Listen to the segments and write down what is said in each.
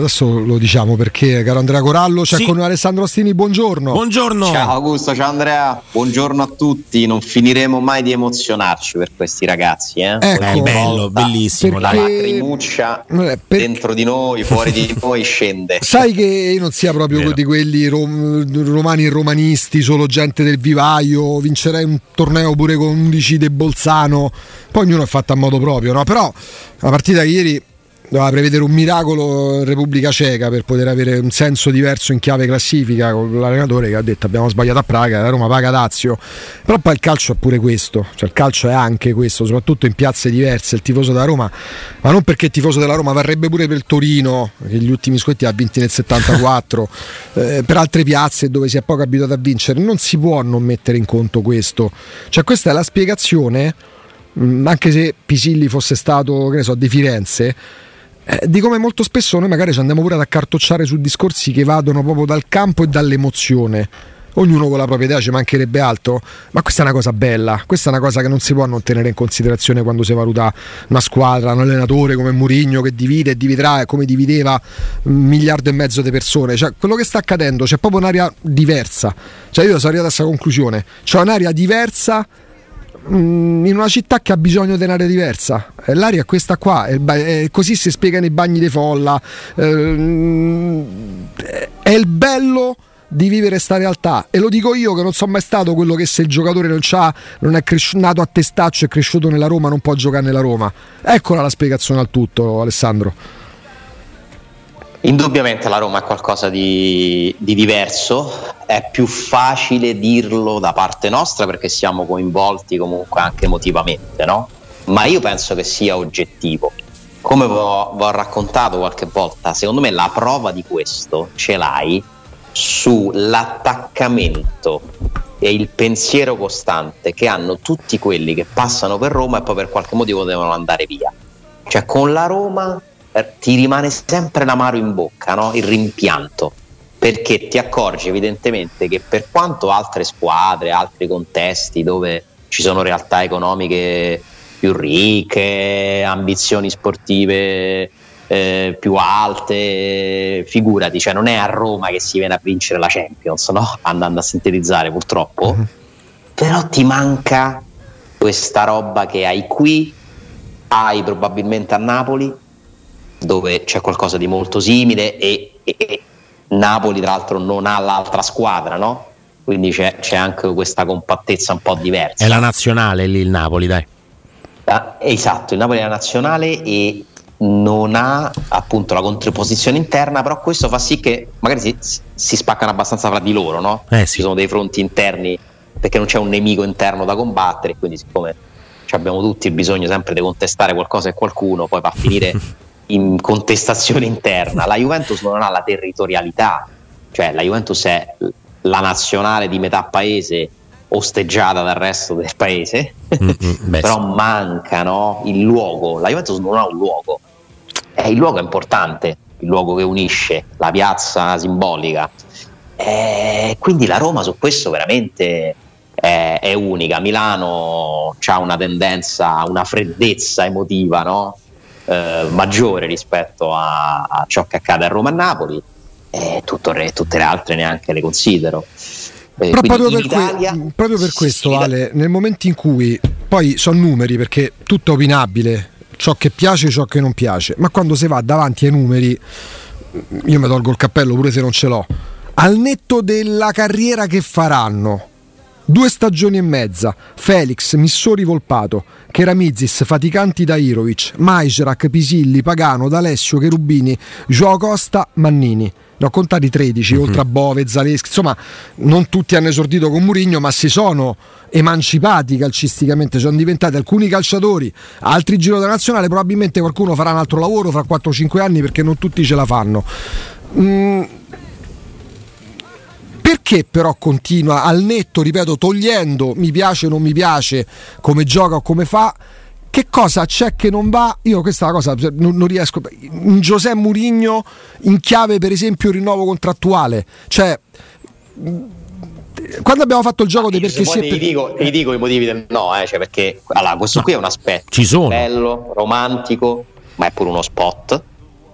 adesso lo diciamo perché, caro Andrea Corallo, c'è con noi Alessandro Ostini, buongiorno. Ciao Augusto, ciao Andrea, buongiorno a tutti. Non finiremo mai di emozionarci per questi ragazzi, Ecco, è bello, bellissimo, la lacrimuccia dentro di noi, fuori di noi scende. Sai che io non sia proprio di quelli romani e romanisti, solo gente del vivaio, vincerei un torneo pure con 11 de Bolzano, poi ognuno è fatto a modo proprio, no? Però la partita di ieri doveva prevedere un miracolo in Repubblica Ceca per poter avere un senso diverso in chiave classifica, con l'allenatore che ha detto abbiamo sbagliato a Praga, la Roma paga Lazio. Però poi il calcio è pure questo, cioè il calcio è anche questo, soprattutto in piazze diverse. Il tifoso della Roma, ma non perché il tifoso della Roma varrebbe pure per il Torino, che gli ultimi scotti ha vinti nel 74, per altre piazze dove si è poco abituato a vincere, non si può non mettere in conto questo. Cioè questa è la spiegazione, anche se Pisilli fosse stato, che ne so, di Firenze, di come molto spesso noi magari ci andiamo pure ad accartocciare su discorsi che vadono proprio dal campo e dall'emozione. Ognuno con la propria idea, ci mancherebbe altro, ma questa è una cosa bella, questa è una cosa che non si può non tenere in considerazione quando si valuta una squadra, un allenatore come Mourinho che divide e dividerà come divideva 1,5 miliardi di persone. Cioè quello che sta accadendo, c'è proprio un'area diversa, cioè io sono arrivato a questa conclusione, c'è un'area diversa in una città che ha bisogno di un'area diversa, l'aria è questa qua, così si spiegano i bagni di folla, è il bello di vivere sta realtà, e lo dico io che non sono mai stato quello che se il giocatore non è nato a testaccio e cresciuto nella Roma non può giocare nella Roma. Eccola la spiegazione al tutto, Alessandro. Indubbiamente la Roma è qualcosa di diverso, è più facile dirlo da parte nostra perché siamo coinvolti comunque anche emotivamente, no? Ma io penso che sia oggettivo. Come ho raccontato qualche volta, secondo me la prova di questo ce l'hai sull'attaccamento e il pensiero costante che hanno tutti quelli che passano per Roma e poi per qualche motivo devono andare via. Cioè con la Roma ti rimane sempre l'amaro in bocca, no? Il rimpianto, perché ti accorgi evidentemente che per quanto altre squadre, altri contesti dove ci sono realtà economiche più ricche, ambizioni sportive più alte, figurati, cioè non è a Roma che si viene a vincere la Champions, no? Andando a sintetizzare purtroppo, però ti manca questa roba che hai qui, hai probabilmente a Napoli, dove c'è qualcosa di molto simile e Napoli tra l'altro non ha l'altra squadra, no? Quindi c'è anche questa compattezza un po' diversa. È la nazionale lì il Napoli, dai. Esatto, il Napoli è la nazionale e non ha appunto la contrapposizione interna, però questo fa sì che magari si spaccano abbastanza fra di loro, no? Sì. Ci sono dei fronti interni perché non c'è un nemico interno da combattere, quindi siccome abbiamo tutti bisogno sempre di contestare qualcosa e qualcuno, poi va a finire in contestazione interna. La Juventus non ha la territorialità, cioè la Juventus è la nazionale di metà paese osteggiata dal resto del paese, però manca, no? Il luogo. La Juventus non ha un luogo, il luogo è importante, il luogo che unisce, la piazza simbolica, quindi la Roma su questo veramente è unica. Milano ha una tendenza, una freddezza emotiva, no? Maggiore rispetto a ciò che accade a Roma e Napoli, tutte le altre neanche le considero. Però proprio per questo, Ale, nel momento in cui poi sono numeri, perché tutto è opinabile, ciò che piace, ciò che non piace, ma quando si va davanti ai numeri, io mi tolgo il cappello pure se non ce l'ho, al netto della carriera che faranno, 2 stagioni e mezza, Felix, Missori, Volpato, Keramizis, Faticanti, Dairovic, Majrak, Pisilli, Pagano, D'Alessio, Cherubini, Joao Costa, Mannini. Ne ho contati 13, oltre a Bove, Zaleschi, insomma non tutti hanno esordito con Mourinho, ma si sono emancipati calcisticamente, sono diventati alcuni calciatori, altri giro della nazionale, probabilmente qualcuno farà un altro lavoro fra 4-5 anni perché non tutti ce la fanno. Perché però continua al netto, ripeto, togliendo mi piace o non mi piace, come gioca o come fa, che cosa c'è che non va? Io questa è la cosa non riesco. Un José Mourinho in chiave per esempio rinnovo contrattuale, cioè quando abbiamo fatto il gioco dei perché ti dico i motivi del no, cioè perché allora, questo qui è un aspetto ci sono. Bello, romantico, ma è pure uno spot,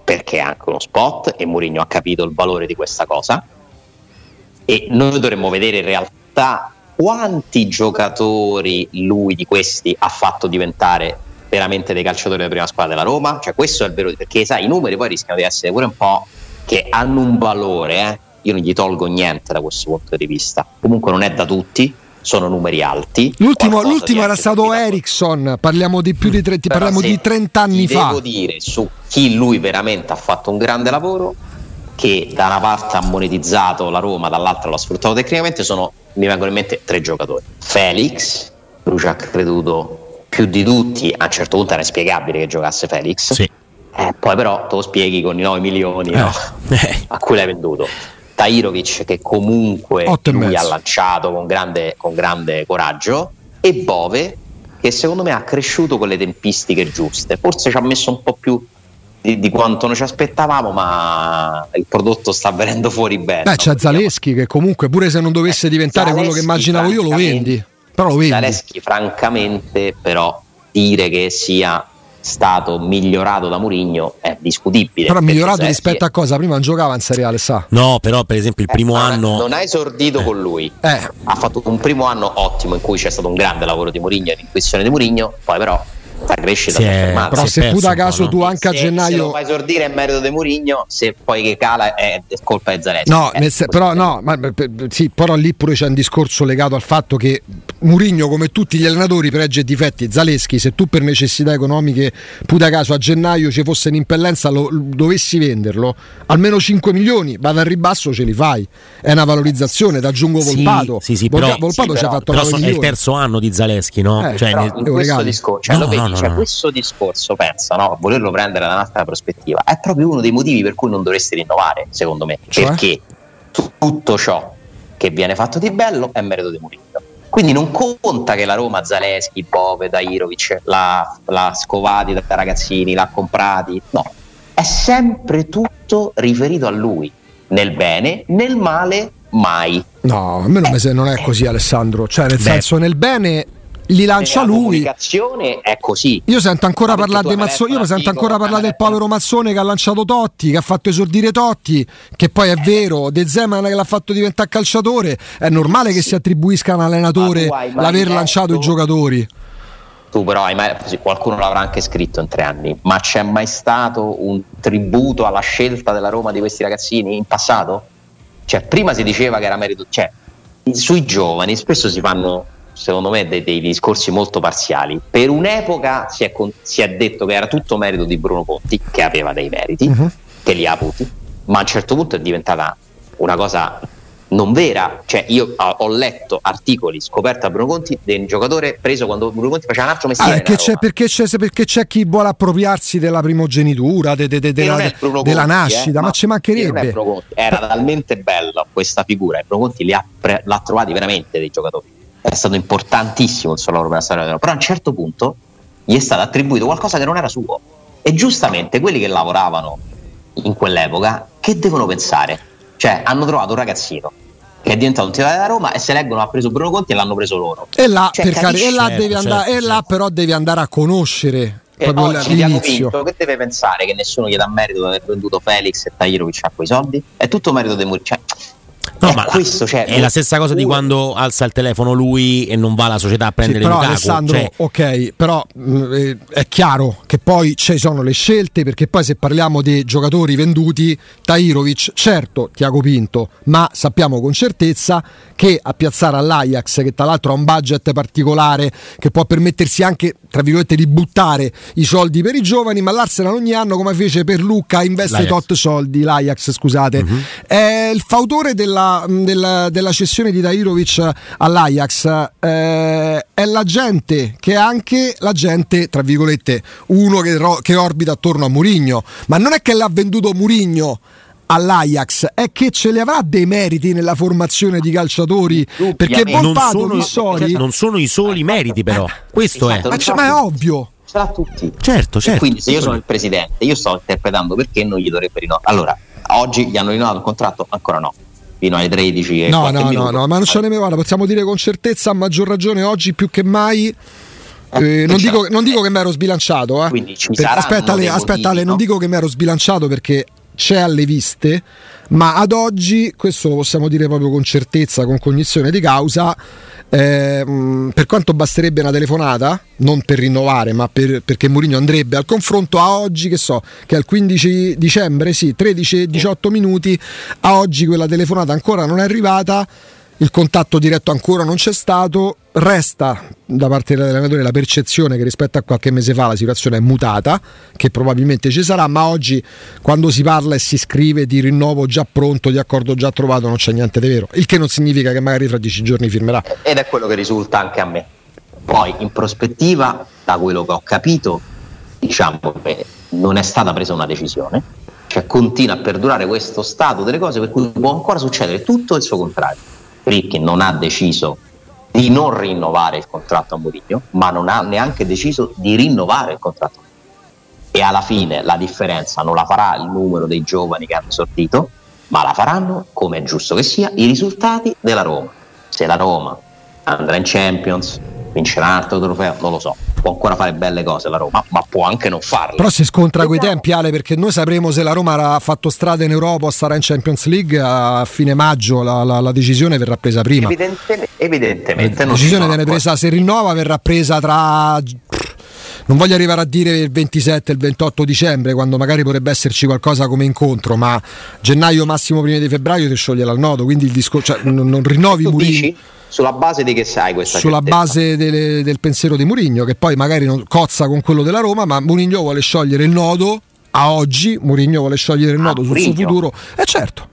perché è anche uno spot e Mourinho ha capito il valore di questa cosa, e noi dovremmo vedere in realtà quanti giocatori lui di questi ha fatto diventare veramente dei calciatori della prima squadra della Roma. Cioè questo è il vero, perché sai, i numeri poi rischiano di essere pure un po' che hanno un valore, io non gli tolgo niente da questo punto di vista, comunque non è da tutti, sono numeri alti. L'ultimo era stato Eriksson, parliamo di più di 30, parliamo di 30 anni fa. Devo dire su chi lui veramente ha fatto un grande lavoro, che da una parte ha monetizzato la Roma, dall'altra l'ha sfruttato tecnicamente, mi vengono in mente 3 giocatori. Felix, lui ci ha creduto più di tutti, a un certo punto era inspiegabile che giocasse Felix, sì. Poi però te lo spieghi con i 9 milioni no? A cui l'hai venduto. Tahirovic, che comunque lui ha lanciato con grande coraggio, e Bove, che secondo me ha cresciuto con le tempistiche giuste, forse ci ha messo un po' più di quanto noi ci aspettavamo, ma il prodotto sta venendo fuori bene. C'è Zaleschi che comunque, pure se non dovesse diventare quello che immaginavo io, lo vendi. Però lo vendi. Zaleschi francamente, però dire che sia stato migliorato da Mourinho è discutibile. Però migliorato rispetto a cosa? Prima non giocava in Serie A, sa. No, però per esempio il primo anno non ha esordito con lui. Ha fatto un primo anno ottimo in cui c'è stato un grande lavoro di Mourinho e l'intuizione di Mourinho, poi però la crescita si è fermata. Però se puta caso tu anche a gennaio se lo fai esordire è merito di Mourinho, se poi che cala è colpa di Zaleschi. Però lì pure c'è un discorso legato al fatto che Mourinho, come tutti gli allenatori, pregi e difetti. Zaleschi, se tu per necessità economiche puta caso a gennaio ci fosse un'impellenza, dovessi venderlo, almeno 5 milioni vado al ribasso, ce li fai, è una valorizzazione. Ti aggiungo Volpato. Volpato ci ha fatto però è il terzo anno di Zaleschi, no? Questo discorso pensa, no, a volerlo prendere da un'altra prospettiva, è proprio uno dei motivi per cui non dovresti rinnovare, secondo me, perché tutto ciò che viene fatto di bello è merito di Mourinho. Quindi non conta che la Roma Zaleschi, Bove, Tahirovic l'ha scovati da ragazzini, l'ha comprati, no, è sempre tutto riferito a lui, nel bene, nel male mai. No, a me non è così, Alessandro, cioè nel senso, nel bene li lancia lui. La comunicazione è così. Io sento ancora parlare di Mazzone, io sento ancora parlare del povero Mazzone che ha lanciato Totti, che ha fatto esordire Totti, che poi è vero, De Zeman che l'ha fatto diventare calciatore. È normale che si attribuisca a un allenatore l'aver lanciato i giocatori. Tu però qualcuno l'avrà anche scritto in 3 anni, ma c'è mai stato un tributo alla scelta della Roma di questi ragazzini in passato? Cioè prima si diceva che era merito, cioè sui giovani spesso si fanno, secondo me, dei discorsi molto parziali. Per un'epoca si è detto che era tutto merito di Bruno Conti, che aveva dei meriti, che li ha avuti, ma a un certo punto è diventata una cosa non vera. Cioè io ho letto articoli scoperti a Bruno Conti di un giocatore preso quando Bruno Conti faceva un altro mestiere. Perché c'è chi vuole appropriarsi della primogenitura, della nascita, ma ci mancherebbe. Era talmente bella questa figura e Bruno Conti l'ha trovati veramente dei giocatori. È stato importantissimo il suo lavoro per la storia della Roma, però a un certo punto gli è stato attribuito qualcosa che non era suo, e giustamente quelli che lavoravano in quell'epoca che devono pensare? Cioè hanno trovato un ragazzino che è diventato un titolare della Roma e se leggono ha preso Bruno Conti e l'hanno preso loro, e là, però devi andare a conoscere proprio l'inizio. Che deve pensare? Che nessuno gli dà merito di aver venduto Felix e Tahirovic a quei soldi? È tutto merito di Mourinho. No, ma questo, è la stessa cosa di quando alza il telefono lui e non va la società a prendere però Lukaku. Alessandro, ok, però è chiaro che poi ci sono le scelte, perché poi se parliamo di giocatori venduti, Tahirovic, certo, Tiago Pinto, ma sappiamo con certezza che a piazzare all'Ajax, che tra l'altro ha un budget particolare, che può permettersi anche, tra virgolette, di buttare i soldi per i giovani, ma l'Arsenal ogni anno, come fece per Lucca, investe tot soldi, l'Ajax, scusate, è il fautore della cessione di Tahirovic all'Ajax, è la gente che è anche la gente, tra virgolette, uno che orbita attorno a Mourinho, ma non è che l'ha venduto Mourinho all'Ajax, è che ce li avrà dei meriti nella formazione di calciatori, perché Volpato, non sono i soli meriti, però questo esatto, ma è ovvio, ce l'ha tutti, certo. Quindi se io sono il presidente, io sto interpretando perché non gli dovrebbe rinnovare. Allora, oggi gli hanno rinnovato il contratto? Ancora no, fino ai 13 no, ma non ce ne guarda, possiamo dire con certezza, a maggior ragione oggi più che mai Non dico che mi ero sbilanciato, Quindi aspetta Ale, non dico che mi ero sbilanciato perché c'è alle viste, ma ad oggi, questo lo possiamo dire proprio con certezza, con cognizione di causa, per quanto basterebbe una telefonata, non per rinnovare, ma perché Mourinho andrebbe al confronto, a oggi, che è il 15 dicembre, 13-18 minuti, a oggi quella telefonata ancora non è arrivata, il contatto diretto ancora non c'è stato, resta da parte dell'allenatore la percezione che rispetto a qualche mese fa la situazione è mutata, che probabilmente ci sarà, ma oggi quando si parla e si scrive di rinnovo già pronto, di accordo già trovato, non c'è niente di vero, il che non significa che magari fra 10 giorni firmerà. Ed è quello che risulta anche a me. Poi in prospettiva, da quello che ho capito, diciamo che non è stata presa una decisione, cioè continua a perdurare questo stato delle cose per cui può ancora succedere tutto il suo contrario. Friedkin non ha deciso di non rinnovare il contratto a Mourinho, ma non ha neanche deciso di rinnovare il contratto. E alla fine la differenza non la farà il numero dei giovani che hanno esordito, ma la faranno, come è giusto che sia, i risultati della Roma. Se la Roma andrà in Champions, vincerà un altro trofeo, non lo so, può ancora fare belle cose la Roma, ma può anche non farle. Però si scontra coi tempi, Ale, perché noi sapremo se la Roma ha fatto strada in Europa o sarà in Champions League a fine maggio, la decisione verrà presa prima. Evidentemente la decisione viene presa, se rinnova verrà presa tra, non voglio arrivare a dire il 27 e il 28 dicembre, quando magari potrebbe esserci qualcosa come incontro, ma gennaio massimo prima di febbraio ti scioglie al nodo, quindi il discorso, cioè, non rinnovi Mourinho. Sulla base di che sai questa sulla certezza? Base del pensiero di Mourinho, che poi magari non cozza con quello della Roma, ma Mourinho vuole sciogliere il nodo a oggi, Mourinho vuole sciogliere il nodo sul suo futuro, certo.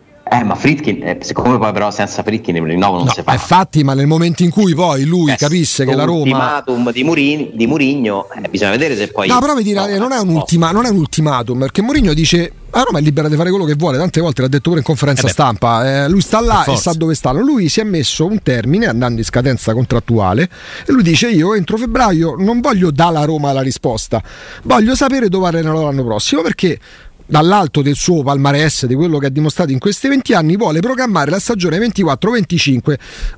Ma Friedkin, siccome poi però senza Friedkin il rinnovo non si fa. Infatti, ma nel momento in cui poi lui capisse che la Roma, l'ultimatum di Mourinho, bisogna vedere se poi. No, però mi dirà, non è un ultimatum, perché Mourinho dice la Roma è libera di fare quello che vuole, tante volte l'ha detto pure in conferenza stampa, lui sta là e sa dove stanno. Lui si è messo un termine andando in scadenza contrattuale e lui dice: io entro febbraio non voglio dalla Roma la risposta, voglio sapere dove allenerò l'anno prossimo, perché dall'alto del suo palmarès, di quello che ha dimostrato in questi 20 anni, vuole programmare la stagione 24-25.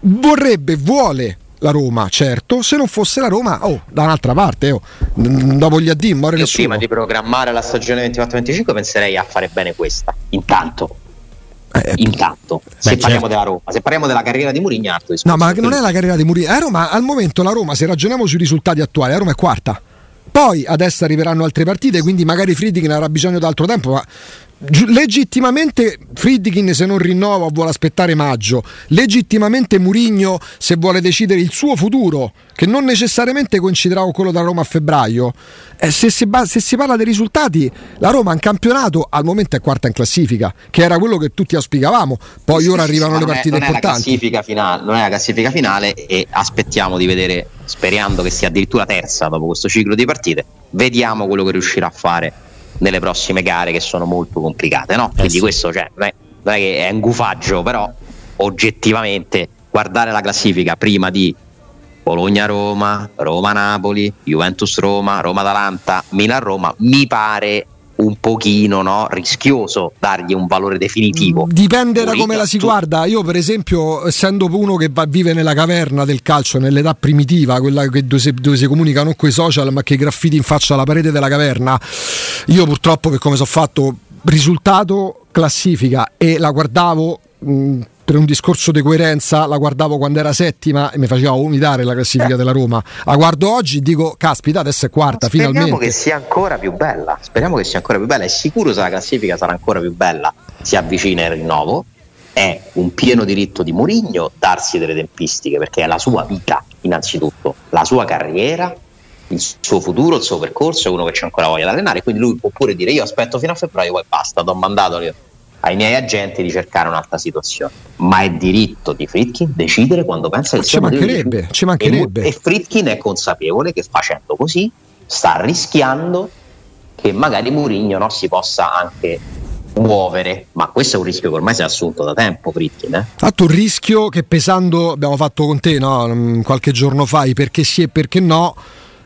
Vuole la Roma, certo, se non fosse la Roma, da un'altra parte, dopo gli addi muore nessuno. Prima di programmare la stagione 24-25 penserei a fare bene questa, intanto. Se parliamo della Roma, se parliamo della carriera di Mourinho, no, ma non è la carriera di Mourinho. Roma, al momento la Roma, se ragioniamo sui risultati attuali, la Roma è quarta. Poi adesso arriveranno altre partite, quindi magari Friedkin avrà bisogno di altro tempo, ma legittimamente Friedkin, se non rinnova, vuole aspettare maggio. Legittimamente Mourinho, se vuole decidere il suo futuro, che non necessariamente coinciderà con quello della Roma a febbraio, se si parla dei risultati, la Roma in campionato al momento è quarta in classifica, che era quello che tutti auspicavamo. Poi ora arrivano le partite importanti. Non è la classifica finale e aspettiamo di vedere, sperando che sia addirittura terza dopo questo ciclo di partite, vediamo quello che riuscirà a fare nelle prossime gare, che sono molto complicate, no? Quindi questo, cioè, non è che è un gufaggio, però oggettivamente guardare la classifica prima di Bologna-Roma, Roma-Napoli, Juventus-Roma, Roma-Atalanta, Milan-Roma, mi pare un pochino rischioso dargli un valore definitivo. Dipende da come la si guarda. Io per esempio, essendo uno che vive nella caverna del calcio, nell'età primitiva, quella dove si comunica non coi social ma che graffiti in faccia alla parete della caverna, io purtroppo, per come sono fatto, risultato, classifica, e la guardavo per un discorso di coerenza, la guardavo quando era settima e mi faceva vomitare la classifica della Roma. La guardo oggi e dico: caspita, adesso è quarta, finalmente. Speriamo che sia ancora più bella. È sicuro che la classifica sarà ancora più bella, si avvicina il rinnovo. È un pieno diritto di Mourinho darsi delle tempistiche, perché è la sua vita, innanzitutto, la sua carriera, il suo futuro, il suo percorso, è uno che c'è ancora voglia di allenare, quindi lui può pure dire: io aspetto fino a febbraio, poi basta, do mandato ai miei agenti di cercare un'altra situazione. Ma è diritto di Friedkin decidere quando pensa che ci mancherebbe. E Friedkin è consapevole che facendo così sta rischiando che magari Mourinho si possa anche muovere, ma questo è un rischio che ormai si è assunto da tempo Friedkin. Fatto un rischio che, pesando, abbiamo fatto con te qualche giorno fa, perché sì e perché no.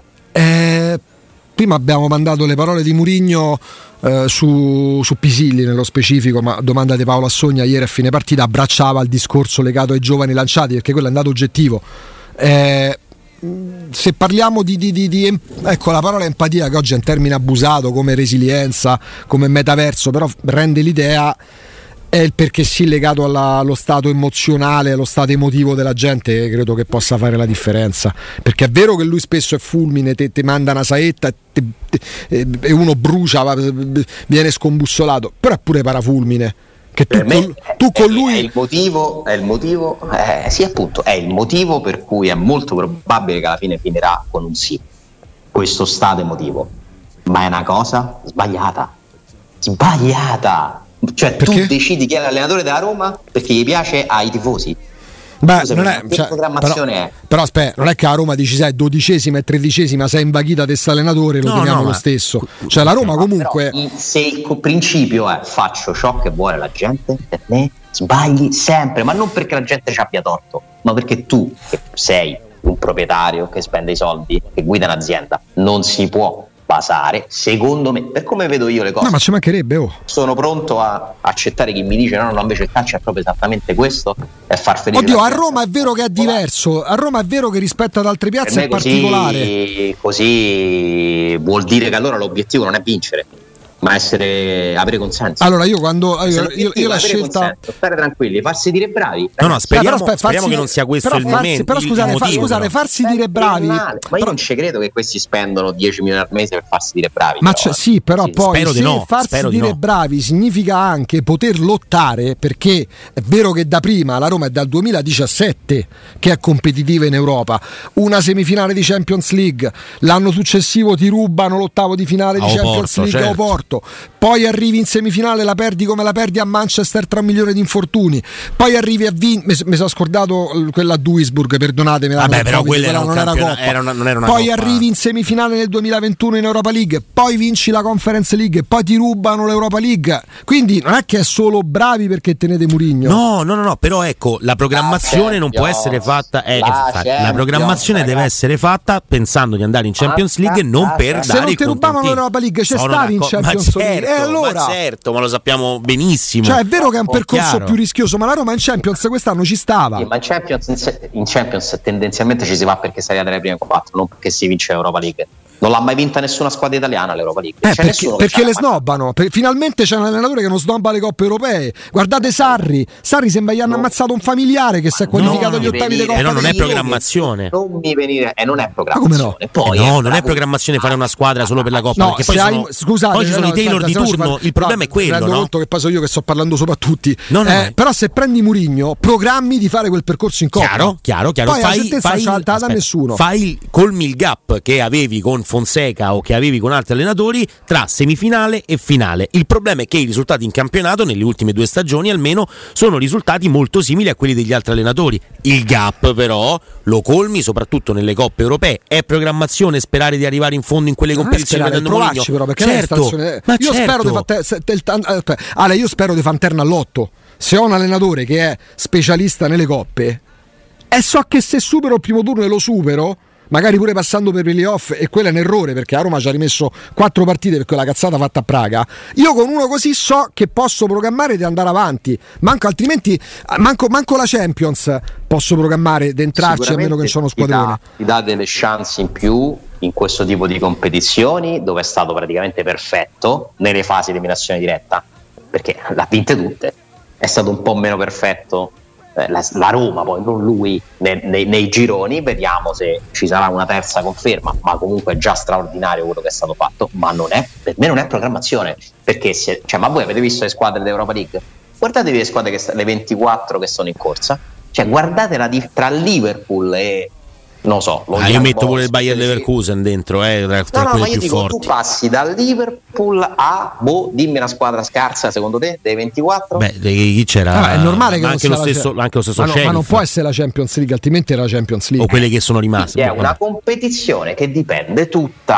Prima abbiamo mandato le parole di Mourinho su Pisilli nello specifico, ma domanda di Paolo Assogna ieri a fine partita abbracciava il discorso legato ai giovani lanciati, perché quello è un dato oggettivo. se parliamo di ecco, la parola empatia, che oggi è un termine abusato, come resilienza, come metaverso, però rende l'idea, è il perché sì legato allo stato emozionale, allo stato emotivo della gente, credo che possa fare la differenza, perché è vero che lui spesso è fulmine, te manda una saetta e uno brucia, viene scombussolato, però è pure parafulmine, che tu con lui è il motivo sì, appunto, è il motivo per cui è molto probabile che alla fine finirà con un sì, questo stato emotivo, ma è una cosa sbagliata, cioè perché? Tu decidi chi è l'allenatore della Roma perché gli piace ai tifosi. Beh, non è, cioè, però aspetta, non è che a Roma dici sai 12ª e 13ª sei invaghita di questo allenatore, lo teniamo lo stesso, cioè la Roma comunque se il principio è faccio ciò che vuole la gente, per me sbagli sempre, ma non perché la gente ci abbia torto, ma perché tu che sei un proprietario che spende i soldi, che guida un'azienda, non si può basare, secondo me, per come vedo io le cose. No, ma ci mancherebbe, sono pronto a accettare chi mi dice no, invece il calcio è proprio esattamente questo, è far felice. Oddio, a Roma è vero che è diverso, a Roma è vero che rispetto ad altre piazze è particolare. Così vuol dire che allora l'obiettivo non è vincere, ma avere consenso. Allora io quando io la scelta stare tranquilli, farsi dire bravi. No, speriamo che non sia questo il momento. Però scusate, farsi dire bravi. Ma io non ci credo che questi spendono 10 milioni al mese per farsi dire bravi. Ma sì, però poi farsi dire bravi significa anche poter lottare, perché è vero che da prima la Roma è dal 2017 che è competitiva in Europa. Una semifinale di Champions League, l'anno successivo ti rubano l'ottavo di finale di Champions League a Porto. Poi arrivi in semifinale, la perdi come la perdi a Manchester tra 1 milione di infortuni, poi arrivi a mi sono scordato quella a Duisburg, perdonatemi, però quella non era Coppa, non era una poi Coppa. Arrivi in semifinale nel 2021 in Europa League, poi vinci la Conference League, poi ti rubano l'Europa League, quindi non è che è solo bravi perché tenete Mourinho. No, però ecco, la programmazione non può essere fatta, la programmazione deve essere fatta pensando di andare in Champions League, non per dare se non ti rubavano l'Europa League c'è stavi in Champions League, allora ma lo sappiamo benissimo, cioè è vero che è un percorso più rischioso, ma la Roma in Champions quest'anno ci stava. Ma in Champions tendenzialmente ci si va perché si arriva dalle prime 4, non perché si vince l'Europa League. Non l'ha mai vinta nessuna squadra italiana l'Europa League. Perché le snobbano. Finalmente c'è un allenatore che non snobba le coppe europee. Guardate Sarri sembra gli hanno ammazzato un familiare che si è qualificato agli ottavi di Coppa. Però non è programmazione. Non mi venire, non è programmazione. Come no? Non è programmazione fare una squadra solo per la Coppa. No, perché poi ci sono i Taylor di turno. Il problema è quello. Mi rendo conto che poi so io che sto parlando sopra tutti. Però se prendi Mourinho, programmi di fare quel percorso in Coppa. Chiaro. Poi la sentenza non ce l'ha da nessuno. Colmi il gap che avevi con Fonseca o che avevi con altri allenatori tra semifinale e finale. Il problema è che i risultati in campionato nelle ultime 2 stagioni almeno sono risultati molto simili a quelli degli altri allenatori. Il gap però lo colmi soprattutto nelle coppe europee. È programmazione sperare di arrivare in fondo in quelle competizioni vedendo Mourinho? Però perché io spero di fanterna all'otto. Se ho un allenatore che è specialista nelle coppe e so che se supero il primo turno e lo supero, magari pure passando per i playoff, e quello è un errore perché a Roma ci ha rimesso 4 partite per quella cazzata fatta a Praga, io con uno così so che posso programmare di andare avanti, altrimenti manco la Champions posso programmare di entrarci a meno che non sono squadrone. Ti dà delle chance in più in questo tipo di competizioni dove è stato praticamente perfetto nelle fasi di eliminazione diretta, perché l'ha vinte tutte. È stato un po' meno perfetto la Roma, poi non lui nei gironi. Vediamo se ci sarà una terza conferma, ma comunque è già straordinario quello che è stato fatto. Ma per me non è programmazione, perché ma voi avete visto le squadre dell'Europa League? Guardatevi le squadre le 24 che sono in corsa, cioè guardate tra Liverpool e non so, io metto pure il Bayer Leverkusen dentro, tra quelli più forti. Tu passi dal Liverpool a dimmi una squadra scarsa secondo te dei 24? Chi c'era? È normale che anche lo stesso Sheriff. Ma non può essere la Champions League, altrimenti era la Champions League. O quelle che sono rimaste. È una competizione che dipende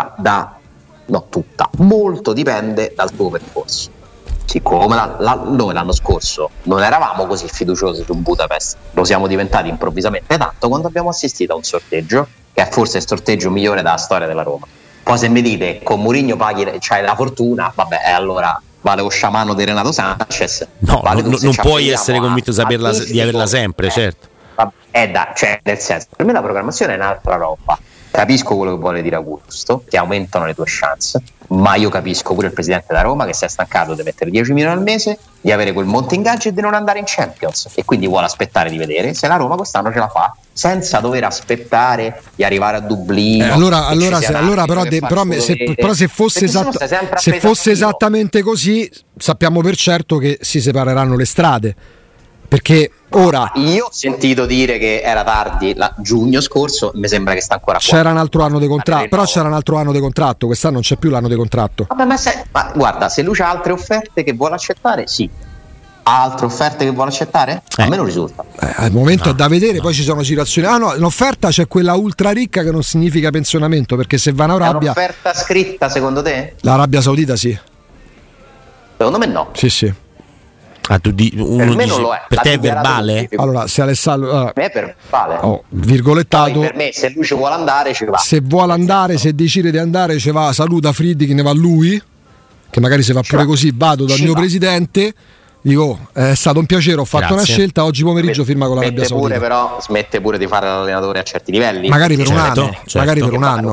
molto dipende dal tuo percorso. Siccome noi l'anno scorso non eravamo così fiduciosi su Budapest, lo siamo diventati improvvisamente tanto quando abbiamo assistito a un sorteggio che è forse il sorteggio migliore della storia della Roma. Poi se mi dite con Mourinho c'hai la fortuna, allora vale lo sciamano di Renato Sanchez. No, non puoi essere convinto di averla sempre, certo. cioè, nel senso, per me la programmazione è un'altra roba. Capisco quello che vuole dire Augusto, che aumentano le tue chance, ma io capisco pure il presidente della Roma che si è stancato di mettere 10 milioni al mese, di avere quel monte ingaggio e di non andare in Champions, e quindi vuole aspettare di vedere se la Roma quest'anno ce la fa senza dover aspettare di arrivare a Dublino. Se fosse esattamente così, sappiamo per certo che si separeranno le strade. Perché ora io ho sentito dire che era tardi giugno scorso, mi sembra che sta ancora qua. C'era un altro anno di contratto, però c'era un altro anno di contratto, quest'anno non c'è più l'anno di contratto. Vabbè, ma guarda, se lui ha altre offerte che vuole accettare, sì. Ha altre offerte che vuole accettare? A me non risulta. Al momento è da vedere, poi ci sono situazioni. L'offerta c'è quella ultra ricca che non significa pensionamento, perché se va in Arabia. È un'offerta scritta secondo te? L'Arabia Saudita sì. Secondo me no. Sì. Per me non lo è. Per te è verbale? Allora, se Alessandro. Per me è verbale. Virgolettato. Poi per me, se lui ci vuole andare, ci va. Se vuole andare, se decide di andare, ci va. Saluta Friedi, che ne va lui. Che magari se va pure così, vado dal mio presidente. Dico, è stato un piacere, ho fatto una scelta. Oggi pomeriggio firma con l'Arabia Saudita. Però smette pure di fare l'allenatore a certi livelli. Magari per un anno. Magari per un anno.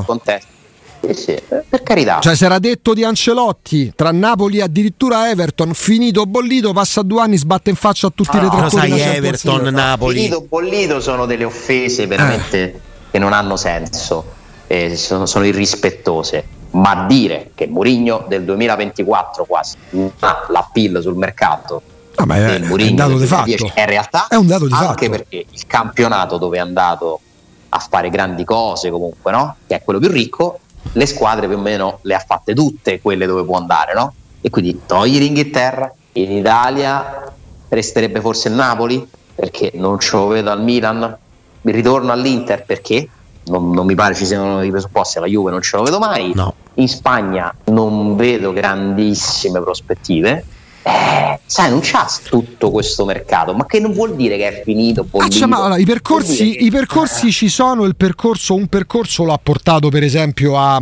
Sì, per carità. Cioè, si era detto di Ancelotti tra Napoli e addirittura Everton, finito bollito, passa 2 anni, sbatte in faccia a tutti i retrattori. Sai, Everton, Napoli. Finito bollito sono delle offese veramente che non hanno senso, sono irrispettose. Ma dire che Mourinho del 2024 quasi ha l'appeal sul mercato è un dato di fatto. In realtà è un dato di anche fatto. Perché il campionato dove è andato a fare grandi cose comunque, no? Che è quello più ricco, le squadre più o meno le ha fatte tutte quelle dove può andare, no? E quindi togli l'Inghilterra, in Italia resterebbe forse il Napoli, perché non ce lo vedo al Milan, mi ritorno all'Inter perché non mi pare ci siano i presupposti, alla Juve non ce lo vedo mai, no. In Spagna non vedo grandissime prospettive. Sai, non c'ha tutto questo mercato, ma che non vuol dire che è finito. I percorsi ci sono. Un percorso l'ha portato per esempio a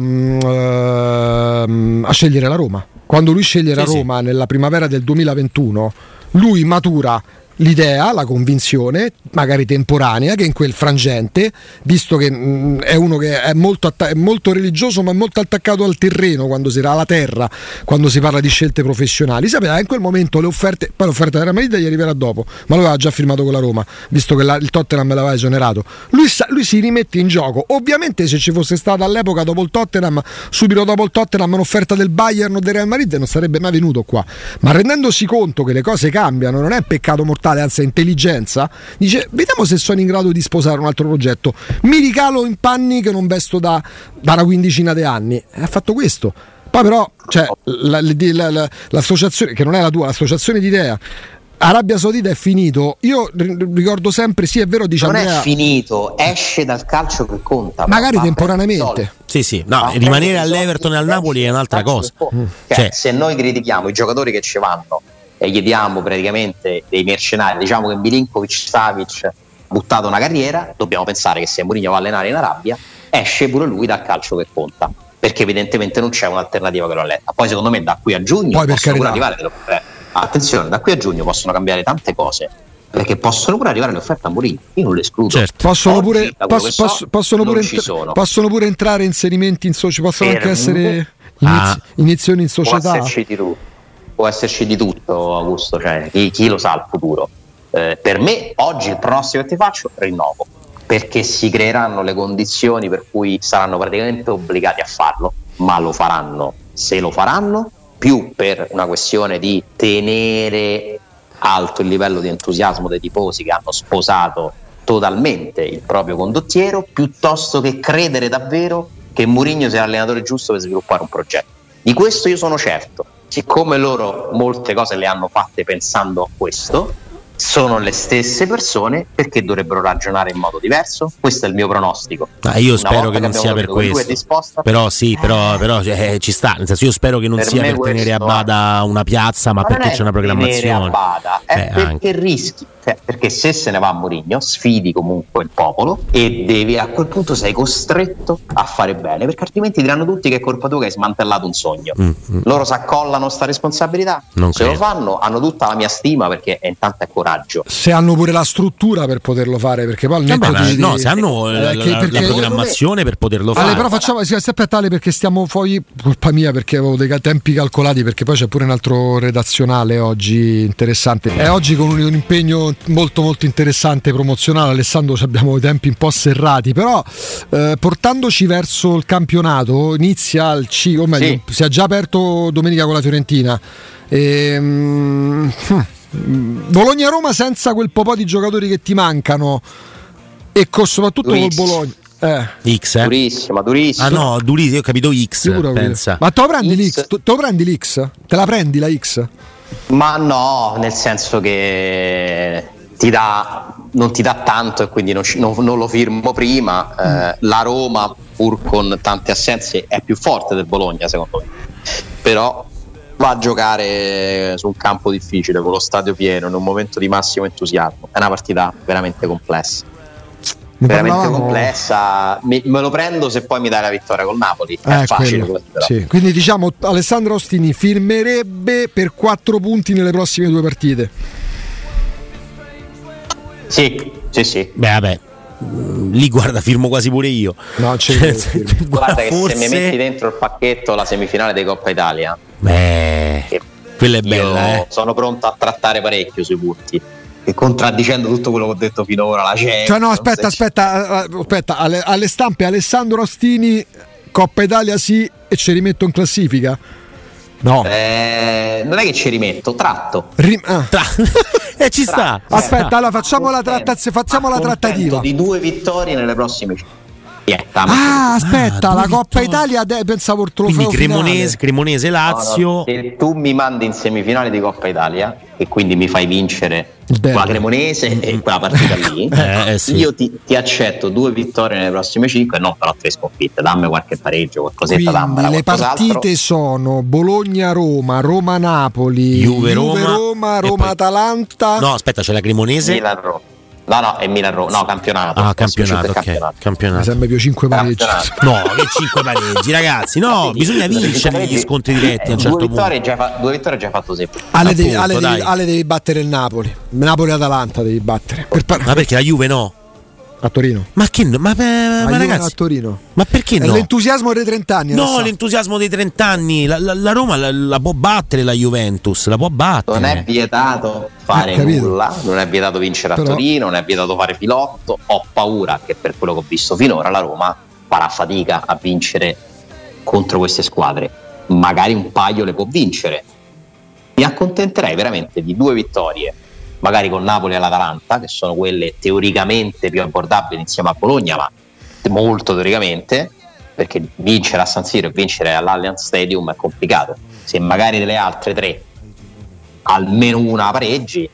scegliere la Roma. Quando lui sceglie la Roma nella primavera del 2021, lui matura l'idea, la convinzione, magari temporanea, che in quel frangente, visto che è uno che è molto religioso ma molto attaccato al terreno, quando si era alla terra, quando si parla di scelte professionali, sapeva in quel momento le offerte, poi l'offerta della Madrid gli arriverà dopo, ma lo aveva già firmato con la Roma, visto che il Tottenham l'aveva esonerato. Lui si rimette in gioco. Ovviamente se ci fosse stata all'epoca dopo il Tottenham, subito dopo il Tottenham, un'offerta del Bayern o del Real Madrid, non sarebbe mai venuto qua. Ma rendendosi conto che le cose cambiano, non è peccato mortale, anzi è intelligenza, dice vediamo se sono in grado di sposare un altro progetto, mi ricalo in panni che non vesto da una quindicina di anni, e ha fatto questo. Poi però l'associazione, che non è la tua, l'associazione di idea Arabia Saudita è finito. Io ricordo sempre, sì è vero, dice non Andrea, è finito, esce dal calcio che conta, magari temporaneamente. Rimanere all'Everton e al Napoli è un'altra cosa. Cioè, se noi critichiamo i giocatori che ci vanno e gli diamo praticamente dei mercenari, diciamo che Milinkovic-Savic ha buttato una carriera, dobbiamo pensare che se Mourinho va a allenare in Arabia esce pure lui dal calcio che conta, perché evidentemente non c'è un'alternativa che lo allena. Poi secondo me da qui a giugno possono pure arrivare attenzione, da qui a giugno possono cambiare tante cose, perché possono pure arrivare le offerte a Mourinho, io non le escludo. Certo. Possono pure entrare inserimenti in società, possono anche essere iniezioni in società. Può esserci di tutto, Augusto, cioè chi lo sa il futuro. Per me oggi il prossimo che ti faccio rinnovo, perché si creeranno le condizioni per cui saranno praticamente obbligati a farlo, ma lo faranno, se lo faranno, più per una questione di tenere alto il livello di entusiasmo dei tifosi che hanno sposato totalmente il proprio condottiero, piuttosto che credere davvero che Mourinho sia l'allenatore giusto per sviluppare un progetto. Di questo io sono certo. Siccome loro molte cose le hanno fatte pensando a questo, sono le stesse persone, perché dovrebbero ragionare in modo diverso? Questo è il mio pronostico. Io spero che non sia per questo. Però ci sta, nel senso, io spero che non sia per tenere a bada una piazza, ma perché c'è una programmazione. A bada, è perché rischi. perché se se ne va Mourinho sfidi comunque il popolo e a quel punto sei costretto a fare bene, perché altrimenti diranno tutti che è colpa tua che hai smantellato un sogno. Loro si accollano sta responsabilità, Non se credo. lo fanno hanno tutta la mia stima, perché intanto è coraggio. Se hanno pure la struttura per poterlo fare, perché poi al netto No, se hanno la perché- programmazione per poterlo fare. Ale, però facciamo, aspetta Ale, perché stiamo fuori, colpa mia perché avevo dei tempi calcolati, perché poi c'è pure un altro redazionale oggi interessante. È oggi con un impegno molto molto interessante promozionale, Alessandro, abbiamo i tempi un po' serrati, però portandoci verso il campionato inizia il C, o meglio, si è già aperto domenica con la Fiorentina. Bologna-Roma senza quel po' di giocatori che ti mancano e soprattutto col Bologna. X, Durissima. Ah no, durissimo, io ho capito X, pensa. Ma te lo prendi l'X? Te lo prendi l'X? Te la prendi la X? Ma no, nel senso che non ti dà tanto e quindi non lo firmo prima. La Roma, pur con tante assenze, è più forte del Bologna secondo me, però va a giocare su un campo difficile con lo stadio pieno in un momento di massimo entusiasmo. È una partita veramente complessa. Complessa, me lo prendo se poi mi dai la vittoria col Napoli, è facile così, però. Sì. Quindi diciamo Alessandro Ostini firmerebbe per 4 punti nelle prossime 2 partite. Sì. Beh, vabbè, lì guarda, firmo quasi pure io. No, guarda che se mi metti dentro il pacchetto la semifinale di Coppa Italia, quella è bella, sono pronto a trattare parecchio sui punti, e contraddicendo tutto quello che ho detto finora, la gente. Cioè no, aspetta, alle stampe Alessandro Ostini, Coppa Italia sì, e ci rimetto in classifica? No. Non è che ci rimetto, tratto. Ci sta. Aspetta, allora facciamo la trattativa di 2 vittorie nelle prossime 5. Aspetta, la Coppa Italia pensavo il trofeo Cremonese Lazio. No, se tu mi mandi in semifinale di Coppa Italia e quindi mi fai vincere la Cremonese e quella partita lì, io ti accetto 2 vittorie nelle prossime 5, no però 3 sconfitte, dammi qualche pareggio, qualcosetta, dammela. Le partite sono Bologna-Roma, Roma-Napoli, Juve-Roma, Roma-Atalanta. No, aspetta, c'è la Cremonese. Milan-Roma. No, è Milan-Roma. No, campionato. Campionato. Mi sembra più 5 pareggi. No, che 5 pareggi, ragazzi. No, bisogna vincere gli scontri diretti a un certo punto. 2 vittorie già fatto sempre. Ale devi battere il Napoli. Napoli-Atalanta devi battere. Ma perché la Juve no? A Torino. Ma che no? Ma ragazzi, a Torino. Ma perché no? È l'entusiasmo dei 30 anni. No, l'entusiasmo dei 30 anni. La Roma la può battere, la Juventus, la può battere. Non è vietato fare nulla, non è vietato vincere a Torino, non è vietato fare filotto. Ho paura che per quello che ho visto finora la Roma farà fatica a vincere contro queste squadre. Magari un paio le può vincere. Mi accontenterei veramente di 2 vittorie, magari con Napoli e l'Atalanta, che sono quelle teoricamente più abbordabili insieme a Bologna, ma molto teoricamente, perché vincere a San Siro e vincere all'Allianz Stadium è complicato. Se magari delle altre 3 almeno una pareggi,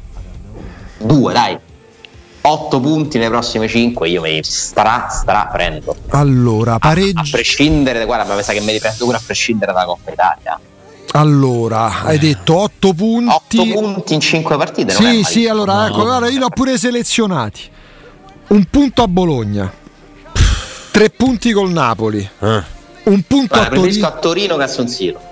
2 dai, 8 punti nelle prossime 5, io mi prendo. Allora, pareggi a prescindere, guarda, mi sa che me li prendo pure a prescindere dalla Coppa Italia. Allora, hai detto 8 punti. 8 punti in 5 partite. Sì, allora, ecco, guarda, io li ho pure selezionati. 1 punto a Bologna, 3 punti col Napoli, 1 punto a Torino. Preferisco a Torino che a San Siro.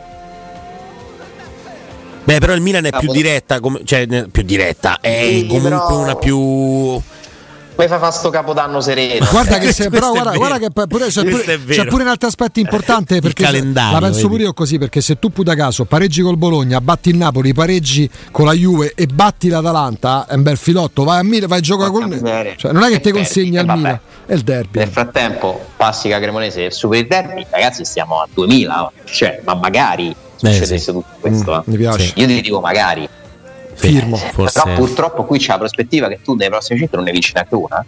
Beh, però il Milan è più diretta, più diretta, è comunque però una più. Mi fa sto Capodanno sereno. Guarda che guarda che pure c'è pure un altro aspetto importante, perché la penso pure io così, perché se tu da caso pareggi col Bologna, batti il Napoli, pareggi con la Juve e batti l'Atalanta, è un bel filotto, vai a Milan, vai a giocare con me. Cioè, non è che ti consegni al Milan, è il derby. Nel frattempo, Passica Cremonese super derby, ragazzi, stiamo a 2000, cioè, ma magari succedesse tutto questo. Mi piace. Sì. Io ti dico magari. Firmo. Forse. Però purtroppo qui c'è la prospettiva che tu nei prossimi 5 non ne vinci neanche una.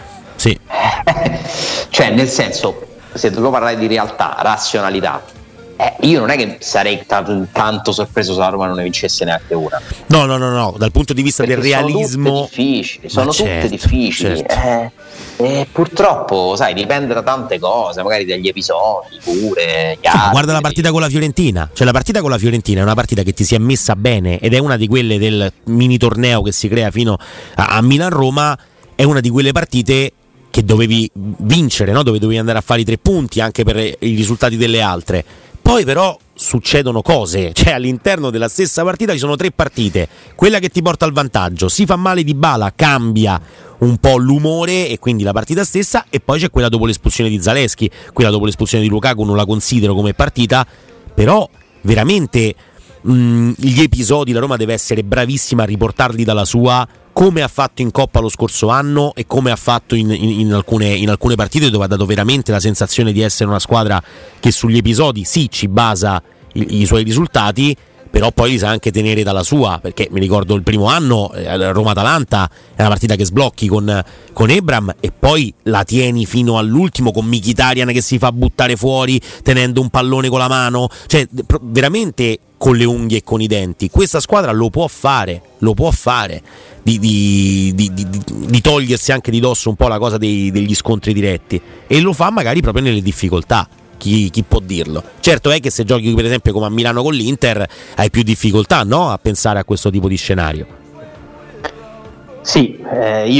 Sì. Cioè, nel senso, se dobbiamo parlare di realtà, razionalità, Io non è che sarei tanto sorpreso se la Roma non ne vincesse neanche una. No, dal punto di vista del realismo sono tutte difficili. Purtroppo, sai, dipende da tante cose, magari dagli episodi pure. Guarda la partita con la Fiorentina, cioè la partita con la Fiorentina è una partita che ti si è messa bene ed è una di quelle del mini torneo che si crea fino a Milan-Roma, è una di quelle partite che dovevi vincere, no? Dove dovevi andare a fare i 3 punti anche per i risultati delle altre. Poi però succedono cose, cioè all'interno della stessa partita ci sono 3 partite, quella che ti porta al vantaggio, si fa male Dybala, cambia un po' l'umore e quindi la partita stessa, e poi c'è quella dopo l'espulsione di Zalewski, quella dopo l'espulsione di Lukaku non la considero come partita, però veramente gli episodi la Roma deve essere bravissima a riportarli dalla sua, come ha fatto in Coppa lo scorso anno e come ha fatto in alcune partite dove ha dato veramente la sensazione di essere una squadra che sugli episodi sì ci basa i suoi risultati, però poi li sa anche tenere dalla sua, perché mi ricordo il primo anno Roma-Atalanta è una partita che sblocchi con Ebram e poi la tieni fino all'ultimo con Mkhitaryan che si fa buttare fuori tenendo un pallone con la mano, cioè veramente con le unghie e con i denti. Questa squadra lo può fare di togliersi anche di dosso un po' la cosa degli scontri diretti, e lo fa magari proprio nelle difficoltà. Chi può dirlo? Certo è che se giochi per esempio come a Milano con l'Inter hai più difficoltà, no? A pensare a questo tipo di scenario. Sì,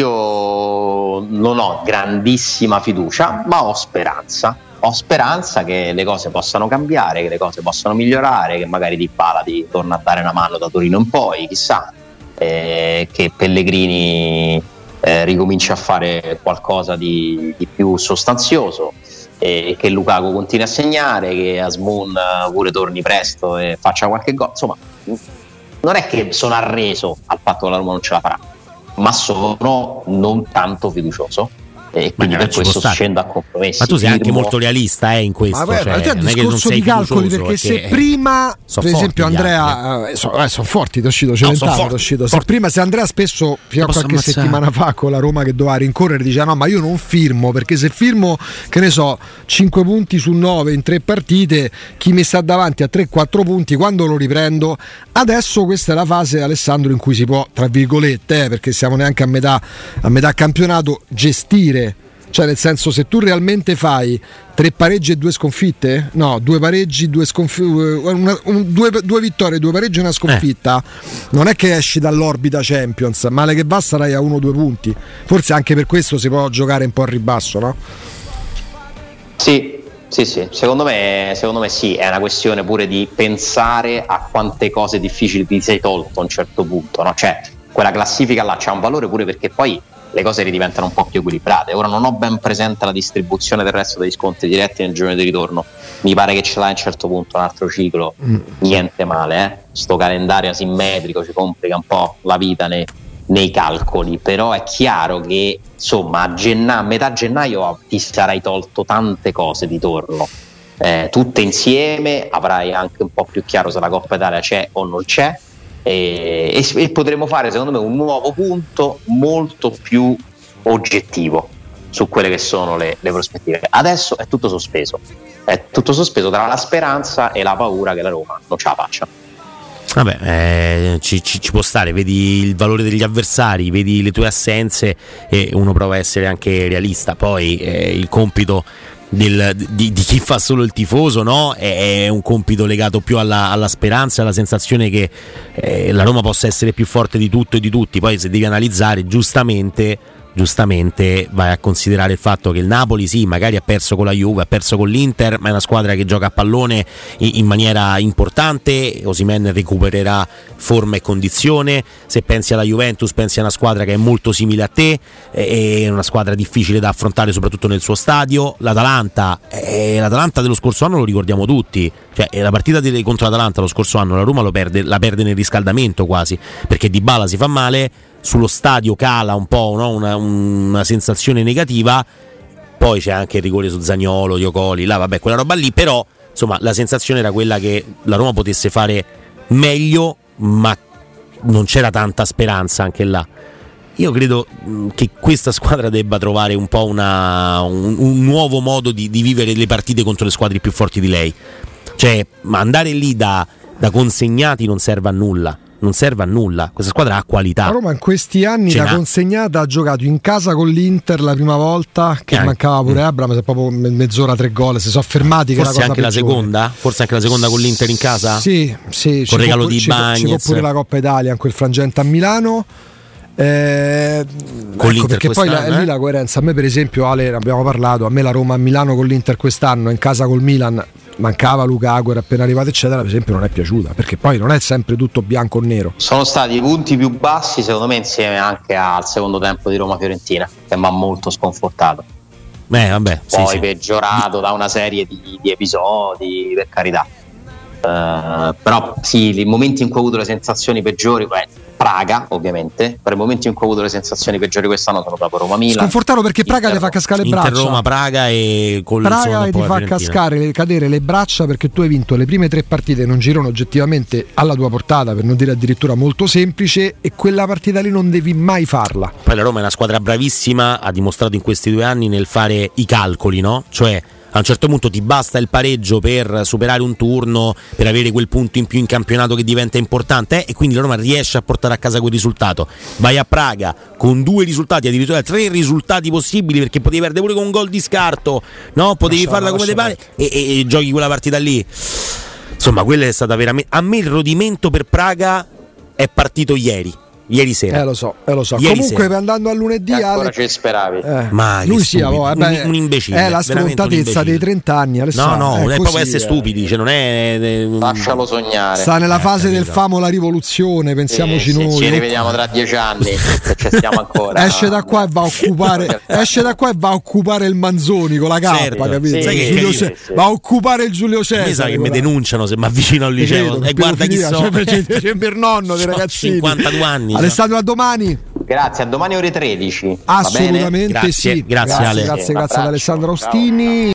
io non ho grandissima fiducia, ma ho speranza. Ho speranza che le cose possano cambiare, che le cose possano migliorare, che magari Dybala ti torna a dare una mano da Torino in poi, chissà, che Pellegrini ricomincia a fare qualcosa di più sostanzioso, che Lukaku continui a segnare, che Asmoon pure torni presto e faccia qualche gol. Insomma, non è che sono arreso al fatto che la Roma non ce la farà, ma sono non tanto fiducioso, e quindi per questo scendo a compromessi. Ma tu sei anche molto realista in questo, ma cioè, è un discorso di calcoli, perché se prima per esempio Andrea sono forti, ti è uscito Celentano, se Andrea spesso fino a qualche settimana fa con la Roma che doveva rincorrere diceva no, ma io non firmo, perché se firmo, che ne so, 5 punti su 9 in 3 partite, chi mi sta davanti a 3-4 punti, quando lo riprendo? Adesso questa è la fase, Alessandro, in cui si può, tra virgolette, perché siamo neanche a metà campionato, gestire. Cioè, nel senso, se tu realmente fai 3 pareggi e 2 sconfitte, no, 2 pareggi, 2 vittorie, 2 pareggi e una sconfitta, non è che esci dall'orbita Champions, male che va sarai a 1-2 punti. Forse anche per questo si può giocare un po' a ribasso, no? Sì, secondo me sì, è una questione pure di pensare a quante cose difficili ti sei tolto a un certo punto, no? Cioè, quella classifica là c'ha un valore pure perché poi le cose ridiventano un po' più equilibrate. Ora non ho ben presente la distribuzione del resto degli scontri diretti nel girone di ritorno, mi pare che ce l'ha a un certo punto un altro ciclo, niente male, sto calendario asimmetrico ci complica un po' la vita nei calcoli, però è chiaro che insomma a metà gennaio ti sarai tolto tante cose di torno, tutte insieme, avrai anche un po' più chiaro se la Coppa Italia c'è o non c'è, e potremo fare secondo me un nuovo punto molto più oggettivo su quelle che sono le prospettive. Adesso è tutto sospeso tra la speranza e la paura che la Roma non ce la faccia. Vabbè, ci può stare, vedi il valore degli avversari, vedi le tue assenze e uno prova a essere anche realista. Poi il compito di chi fa solo il tifoso, no? È un compito legato più alla speranza, alla sensazione che la Roma possa essere più forte di tutto e di tutti. Poi se devi analizzare giustamente vai a considerare il fatto che il Napoli sì, magari ha perso con la Juve, ha perso con l'Inter, ma è una squadra che gioca a pallone in maniera importante. Osimhen recupererà forma e condizione. Se pensi alla Juventus pensi a una squadra che è molto simile a te, è una squadra difficile da affrontare soprattutto nel suo stadio. L'Atalanta dello scorso anno lo ricordiamo tutti, cioè la partita contro l'Atalanta lo scorso anno la Roma la perde nel riscaldamento quasi, perché Dybala si fa male, sullo stadio cala un po', no? una sensazione negativa. Poi c'è anche il rigore su Zaniolo, Diocoli, là vabbè, quella roba lì, però insomma la sensazione era quella che la Roma potesse fare meglio, ma non c'era tanta speranza anche là. Io credo che questa squadra debba trovare un po' un nuovo modo di vivere le partite contro le squadre più forti di lei. Cioè, ma andare lì da consegnati non serve a nulla. Non serve a nulla, questa squadra ha qualità. La Roma in questi anni da consegnata ha giocato in casa con l'Inter la prima volta, che mancava pure Abrams, è proprio mezz'ora 3 gol, si sono fermati. Forse anche la seconda? Forse anche la seconda con l'Inter in casa? Sì, con regalo di Bagnez. Ci può pure la Coppa Italia in quel frangente a Milano. Con l'Inter perché poi lì la coerenza, a me per esempio, Ale, abbiamo parlato, a me la Roma a Milano con l'Inter quest'anno, in casa col Milan mancava Lukaku, era appena arrivato eccetera, per esempio non è piaciuta, perché poi non è sempre tutto bianco o nero. Sono stati i punti più bassi secondo me, insieme anche al secondo tempo di Roma-Fiorentina, che mi ha molto sconfortato. Vabbè, poi peggiorato da una serie di episodi, per carità, però sì, i momenti in cui ho avuto le sensazioni peggiori, Praga ovviamente, per i momenti in cui ho avuto le sensazioni peggiori quest'anno sono dopo Roma-Milan. Sconfortato perché Praga ti fa cascare le braccia. Roma, Praga e col Praga ti fa cadere le braccia, perché tu hai vinto le prime 3 partite in un girone oggettivamente alla tua portata, per non dire addirittura molto semplice, e quella partita lì non devi mai farla. Poi la Roma è una squadra bravissima, ha dimostrato in questi 2 anni nel fare i calcoli, no? Cioè a un certo punto ti basta il pareggio per superare un turno, per avere quel punto in più in campionato che diventa importante, e quindi la Roma riesce a portare a casa quel risultato. Vai a Praga con 2 risultati, addirittura 3 risultati possibili, perché potevi perdere pure con un gol di scarto, no? Potevi farla come te pare e giochi quella partita lì. Insomma, quella è stata veramente, a me il rodimento per Praga è partito ieri sera. Lo so. Comunque sera. Andando a lunedì, ancora ci speravi. Ma lui sia un imbecille. È la scontatezza dei 30 anni. No, è proprio essere stupidi. Cioè non è. Lascialo sognare. Sta nella fase del famo la rivoluzione. Pensiamoci noi. Ci rivediamo tra 10 anni. Che ci stiamo ancora. Esce da qua e va a occupare il Manzoni con la K, capito? Va a occupare il Giulio Cesare. Mi sa che mi denunciano se mi avvicino al liceo. E guarda chi sono. C'è per nonno dei ragazzini. 52 anni. Alessandro, a domani. Grazie, a domani ore 13. Assolutamente sì. Grazie Ale. Grazie ad Alessandro Austini.